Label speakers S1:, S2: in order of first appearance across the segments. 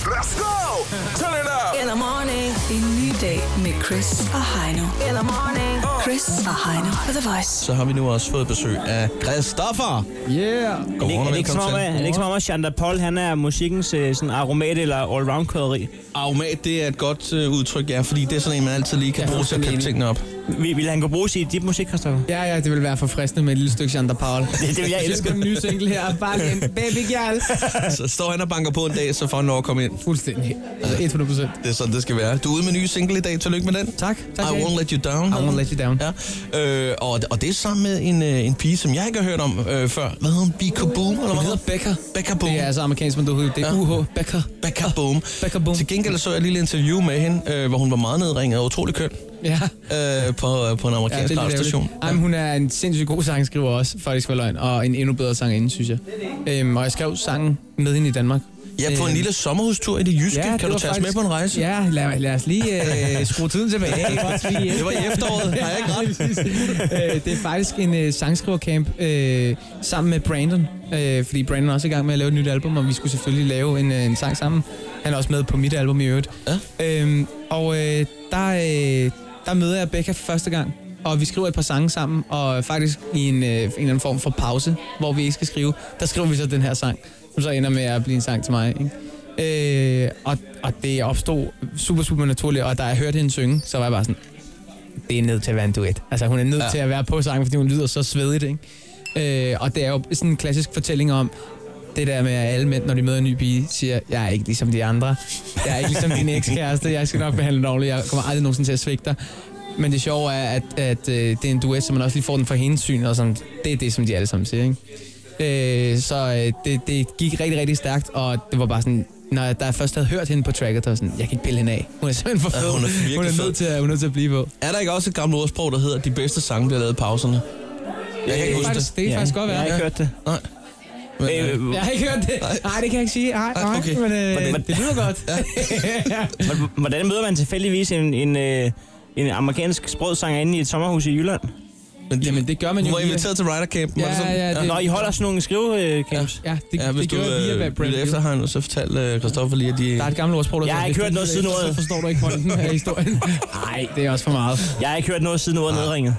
S1: Let's go! Turn it up!
S2: In the morning. En ny dag med Chris og Heino. In the morning. Chris og Heino på The Voice.
S3: Så har vi nu også fået besøg af Christoffer.
S4: Yeah!
S3: Godmorgen,
S5: Er det ikke som om, at Jean Paul han er musikkens sådan aromat eller allround-krydderi?
S3: Aromat, det er et godt udtryk, ja, fordi det er sådan en, man altid lige kan bruge til at peppe tingene op.
S5: Vil han kunne bruge sig i dit musik, Christoffer?
S4: Ja, det vil være forfriskende med et lille stykke Jean Paul.
S5: Det vil jeg elske.
S4: Den nye single her, bare en baby girl.
S3: Så står han og banker på en dag, så får han lov at komme ind.
S4: Fuldstændig. Altså 100%.
S3: Det er sådan, det skal være. Du er ude med en ny single i dag. Tillykke med den.
S4: Tak.
S3: I Won't Let You Down.
S4: I Won't Let You Down.
S3: Ja. Og det er sammen med en pige, som jeg ikke har hørt om før. Hvad hedder hun? Becca Boom? Eller hvad?
S4: Hun hedder Becca.
S3: Becca Boom.
S4: Det er altså amerikansk, men det er UH. Becca.
S3: Becca Boom.
S4: Becca Boom.
S3: Til gengæld så jeg et lille interview med hende, hvor hun var meget nedringet og utrolig køn.
S4: Ja.
S3: På en amerikansk radiostation.
S4: Jamen, hun er en sindssygt god sangskriver også, faktisk for løgn, og en endnu bedre sangerinde, synes jeg. Og jeg skrev sangen med hende i Danmark.
S3: Ja, på en lille sommerhustur i det jyske.
S4: Ja,
S3: kan du tage os med på en rejse?
S4: Ja, lad os lige skrue tiden tilbage.
S3: Det var i efteråret, har jeg ikke ret?
S4: Det er faktisk en sangskrivercamp sammen med Brandon. Fordi Brandon er også i gang med at lave et nyt album, og vi skulle selvfølgelig lave en sang sammen. Han er også med på mit album i øvrigt. Ja. Der møder jeg Becca for første gang. Og vi skriver et par sange sammen, og faktisk i en eller anden form for pause, hvor vi ikke skal skrive, der skriver vi så den her sang, som så ender med at blive en sang til mig. Ikke? Og det opstod super naturligt, og da jeg hørte hende synge, så var jeg bare sådan, det er nødt til at være en duet. Altså hun er nødt til at være på sangen, fordi hun lyder så svedigt. Ikke? Og det er jo sådan en klassisk fortælling om, det der med, at alle mænd, når de møder en ny pige, siger, jeg er ikke ligesom de andre. Jeg er ikke ligesom din ekskæreste. Jeg skal nok behandle dig ordentligt. Jeg kommer aldrig nogensinde til at svigte dig. Men det sjove er, at det er en duet, så man også lige får den fra hendes syn, og sådan, det er det, som de alle sammen siger. Ikke? Så det gik rigtig stærkt, og det var bare sådan, da jeg først havde hørt hende på tracket, så var sådan, jeg kan ikke pille hende af. Hun er simpelthen for fed.
S3: Hun er
S4: nødt til at blive på.
S3: Er der ikke også et gammelt ordsprog, der hedder, de bedste sange bliver lavet i pauserne? Jeg kan ikke huske det.
S4: Det kan faktisk godt være.
S5: Jeg har ikke hørt det.
S3: Nej.
S4: Jeg har ikke hørt det. Nej, det kan jeg ikke sige. Nej,
S3: okay.
S4: Men det lyder godt.
S5: Hvordan møder man tilfældigvis en amerikansk sprødsanger inde i et sommerhus i Jylland?
S4: Jamen, det gør man jo.
S3: Du var inviteret til Ryder Camp.
S4: Ja.
S5: Nå, I holder sådan nogle skrivecamps?
S4: Ja, det
S3: hvis
S4: gør jeg via Brandon.
S3: Efter har han så fortalt Christoffer lige, at de...
S4: Der er et gammelt ordsprog, der
S5: jeg har ikke hørt noget siden ordet.
S4: Så forstår du ikke pointen af historien. Nej, det er også for meget.
S5: Jeg har ikke hørt noget siden ordet nedringet.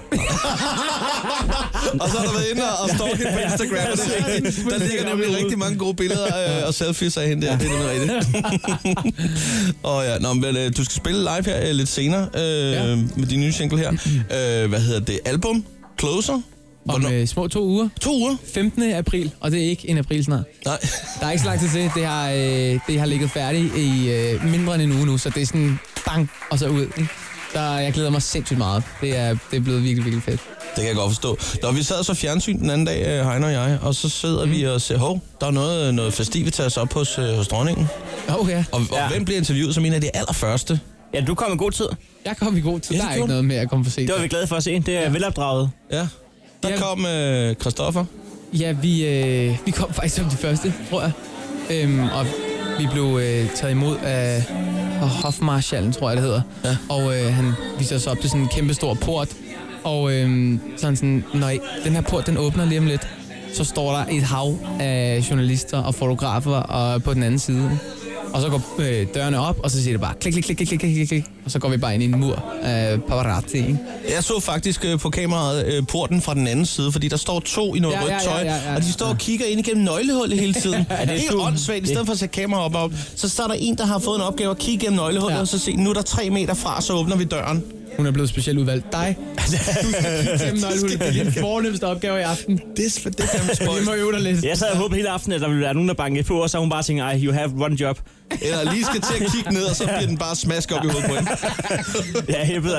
S3: Og så har der været inde og stalket på Instagram. Og det er rigtigt. Der ligger nemlig rigtig mange gode billeder og selfies af hende der. Det er nemlig rigtigt. Og ja, men du skal spille live her lidt senere med din nye single her. Hvad hedder det? Album? Closer?
S4: Om små 2 uger.
S3: 2 uger?
S4: 15. april, og det er ikke en april snart.
S3: Nej.
S4: Der er ikke så lang tid til. Det har ligget færdigt i mindre end en uge nu, så det er sådan bang, og så ud. Ikke? Jeg glæder mig sindssygt meget. Det er blevet virkelig fedt.
S3: Det kan jeg godt forstå. Da vi sad så fjernsyn den anden dag, Heino og jeg, og så sidder vi og siger, der er noget festivitas op hos dronningen.
S4: Okay.
S3: Og hvem bliver interviewet som en af de allerførste?
S5: Ja, du kom i god tid.
S4: Jeg kom i god tid. Der er ikke noget med at komme for sent.
S5: Det var vi glade for at se. Det er velopdraget.
S3: Ja. Der kom Christoffer.
S4: Ja, vi kom faktisk som de første, tror jeg. Og vi blev taget imod af Hofmarskallen, tror jeg det hedder. Ja. Og han viste os op til sådan en kæmpe stor port. Og sådan, når den her port den åbner lige om lidt, så står der et hav af journalister og fotografer og på den anden side. Og så går dørene op, og så siger det bare klik, klik, klik, klik, klik, klik. Og så går vi bare ind i en mur af paparazzi, ikke?
S3: Jeg så faktisk på kameraet porten fra den anden side, fordi der står 2 i noget rødt tøj, og de står og kigger ind igennem nøglehullet hele tiden. Det er helt åndssvagt. I stedet for at sætte kameraet op, så står der en, der har fået en opgave at kigge igennem nøglehullet, og så se, nu er der 3 meter fra, så åbner vi døren.
S4: Hun er blevet specielt udvalgt. Dig. Du skal kigge gennem nøglehullet. Det er din fornemmeste opgave i aften.
S3: Det er fandme spøjt.
S4: Vi må øve dig lidt.
S5: Jeg sad og håbede hele aftenen, at der ville være nogen, der bankede på, og så hun bare tænker, you have one job.
S3: Eller lige skal til at kigge ned, og så bliver den bare smasket op i hovedet på hende.
S5: Ja, hæppet.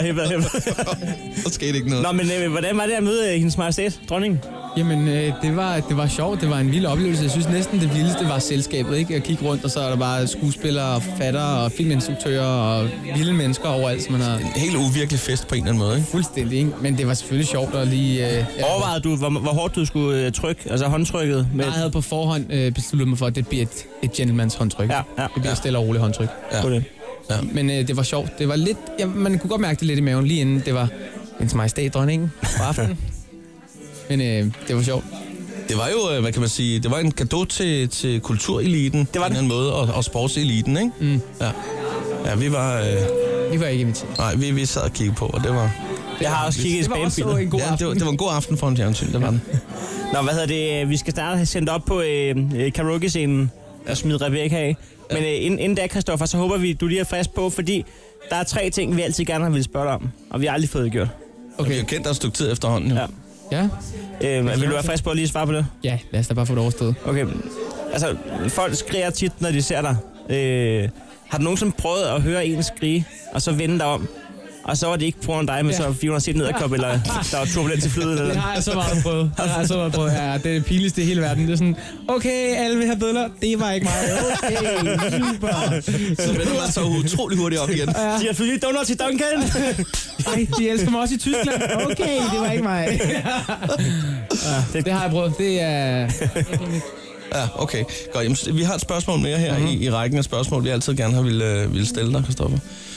S3: Så skete ikke noget.
S5: Nå, men hvordan var det at møde hendes majestæt, dronningen?
S4: Jamen, det var sjovt. Det var en vild oplevelse. Jeg synes næsten det vildeste var selskabet, ikke? At kigge rundt, og så er der bare skuespillere og forfattere og filminstruktører og vilde mennesker overalt, som man har...
S3: En helt uvirkelig fest på en eller anden måde, ikke?
S4: Fuldstændig, ikke? Men det var selvfølgelig sjovt at lige...
S5: Overvejede du, hvor hårdt du skulle trykke, altså håndtrykket?
S4: Med... Jeg havde på forhånd besluttet mig for, at det bliver et gentlemans håndtryk.
S5: Ja.
S4: Det bliver stille og roligt håndtryk.
S3: Ja.
S4: Ja. Men det var sjovt. Det var lidt... Ja, man kunne godt mærke det lidt i maven, lige inden det var hendes majestæt dronningen på aftenen. Men det var sjovt.
S3: Det var jo, hvad kan man sige, det var en gave til kultureliten. Det var en anden måde, og sportseliten, ikke?
S4: Mm.
S3: Ja, vi var...
S4: Vi var ikke inviteret.
S3: Nej, vi sad og kiggede på, og det var...
S5: Jeg har også kigget i spamfilmer.
S3: Det var en god aften for en fjernsyn, det var den.
S5: Nå, hvad hedder det? Vi skal starte sendt op på karaoke-scenen og smide Rebecca af. Men inden da, Christoffer, så håber vi, du lige er frisk på, fordi der er 3 ting, vi altid gerne har ville spørge dig om, og vi har aldrig fået det gjort.
S3: Okay. Vi har kendt dig et stykke tid efterhånden, jo.
S4: Ja.
S5: Vil du være frisk på at lige svare på det?
S4: Ja, lad os da bare få det overstået.
S5: Okay. Altså, folk skriger tit, når de ser dig. Har du nogensinde prøvet at høre en skrige, og så vende dig om? Og så var det ikke på grund af dig, men så 400 set nederkop, eller der var turbulens i flyet. Eller?
S4: Det har jeg så meget prøvet. Ja, det er det pinligste i hele verden. Det er sådan, okay, alle vil have bødler. Det var ikke mig. Okay, super.
S3: Så vender man så utrolig hurtigt op igen.
S5: De har flyttet donuts til Duncan.
S4: Ej, de elsker mig også i Tyskland. Okay, det var ikke mig. Det har jeg prøvet. Det er...
S3: Ja, okay. Godt. Jamen, vi har et spørgsmål mere her i rækken af spørgsmål, vi altid gerne har ville stille dig, Christoffer.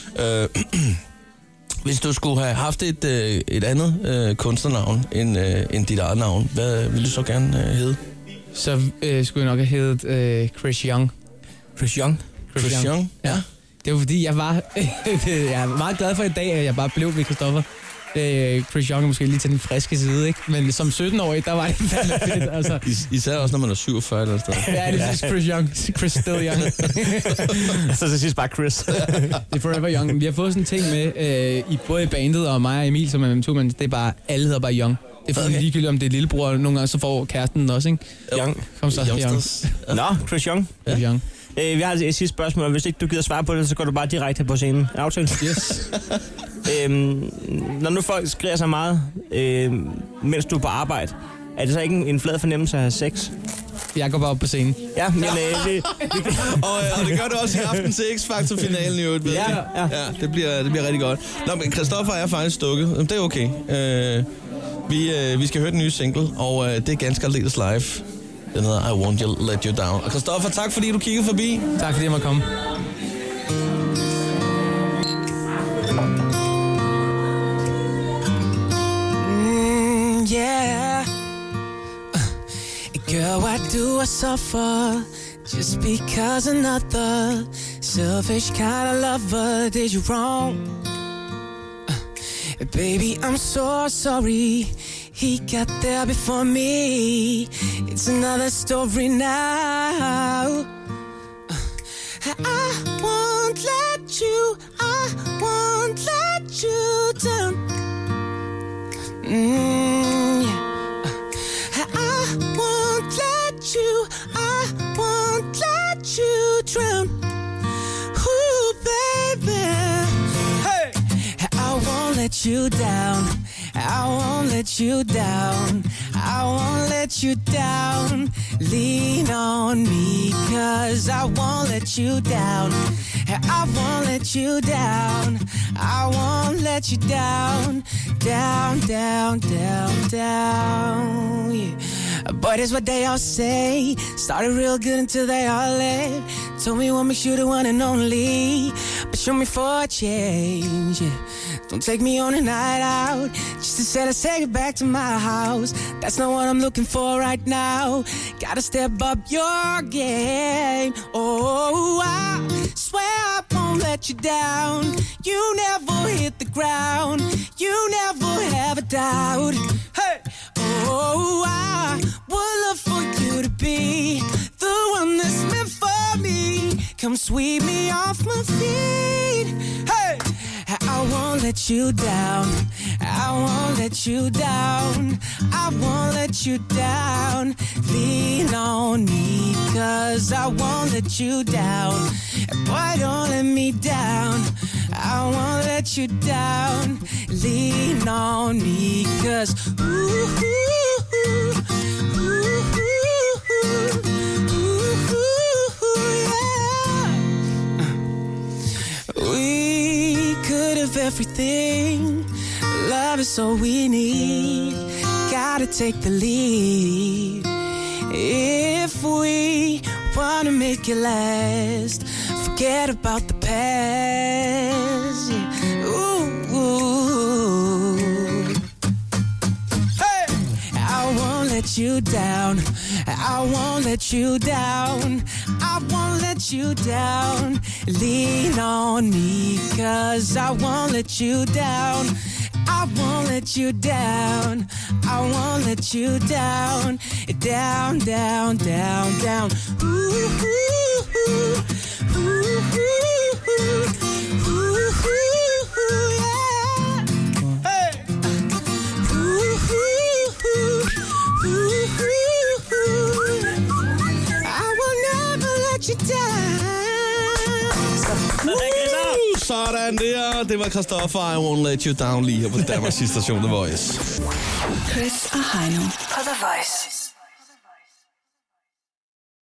S3: Hvis du skulle have haft et andet kunstnernavn end dit eget navn, hvad ville du så gerne hedde?
S4: Så skulle jeg nok have heddet Chris Young.
S3: Chris Young? Chris Young? Ja.
S4: Det var fordi, jeg er meget glad for i dag, at jeg bare blev ved Christoffer. Chris Young er måske lige til den friske side, ikke? Men som 17-årig, der var det fandme fedt, altså.
S3: Især også, når man er 47 eller sted.
S4: Ja, det er Chris Young. Chris still young.
S5: Så til sidst bare Chris.
S4: Det er forever young. Vi har fået sådan en ting med, både i bandet og mig og Emil, som er to, men det er bare, alle hedder bare Young. Det er for ligegyldigt, om det er lillebror, og nogle gange så får kæresten den også, ikke?
S5: Young.
S4: Kom så, Young.
S5: Nå, Chris Young.
S4: Chris Young.
S5: Vi har et sidste spørgsmål, og hvis ikke du gider svare på det, så går du bare direkte her på scenen. Aftale?
S4: Yes.
S5: Når nu folk skriger så meget, mens du er på arbejde, er det så ikke en flad fornemmelse at have sex?
S4: Jeg går bare op på scenen.
S5: Ja, men
S3: og det gør det også i aften til X-Factor-finalen i øvrigt.
S5: Ja.
S3: Det bliver rigtig godt. Nå, men Christoffer er faktisk stukket. Det er okay. Vi skal høre den nye single, og det er ganske aldeles live. Den hedder I Won't Let You Down. Og Christoffer, tak fordi du kiggede forbi.
S4: Tak fordi jeg måtte komme.
S6: Yeah. Girl, why do I suffer just because another selfish kind of lover did you wrong? Baby, I'm so sorry. He got there before me. It's another story now. I won't let you down. Yeah. I won't let you drown. Ooh, baby. Hey. I won't let you down. I won't let you down. I won't let you down. Lean on me, 'cause I won't let you down. I won't let you down. I won't let you down. Down, down, down, down. Yeah. But it's what they all say. Started real good until they all left. Told me what makes you the one and only. But show me for a change. Yeah. Don't take me on a night out just to say let's take it back to my house. That's not what I'm looking for right now. Gotta step up your game. Oh, I swear I won't let you down. You never hit the ground. You never have a doubt. Hey, oh, I would love for you to be the one that's meant for me. Come sweep me off my feet. Hey, I won't let you down. I won't let you down. I won't let you down. Lean on me, 'cause I won't let you down. Boy, don't let me down. I won't let you down. Lean on me, 'cause ooh, we could have everything. Love is all we need. Gotta take the lead. If we wanna make it last, forget about the past. Ooh. Hey, I won't let let you down. I won't let you down. I won't let you down. Lean on me, 'cause I won't let you down. I won't let you down. I won't let you down. Down, down, down, down. Ooh, ooh, ooh, ooh, ooh, ooh, ooh, yeah. Hey. Ooh, ooh, ooh, ooh, ooh. I will never let you down.
S3: Sådan der. Det var Christoffer, I Won't Let You Down lige her på Danmarks station The Voice.
S2: Chris og Heino på The Voice.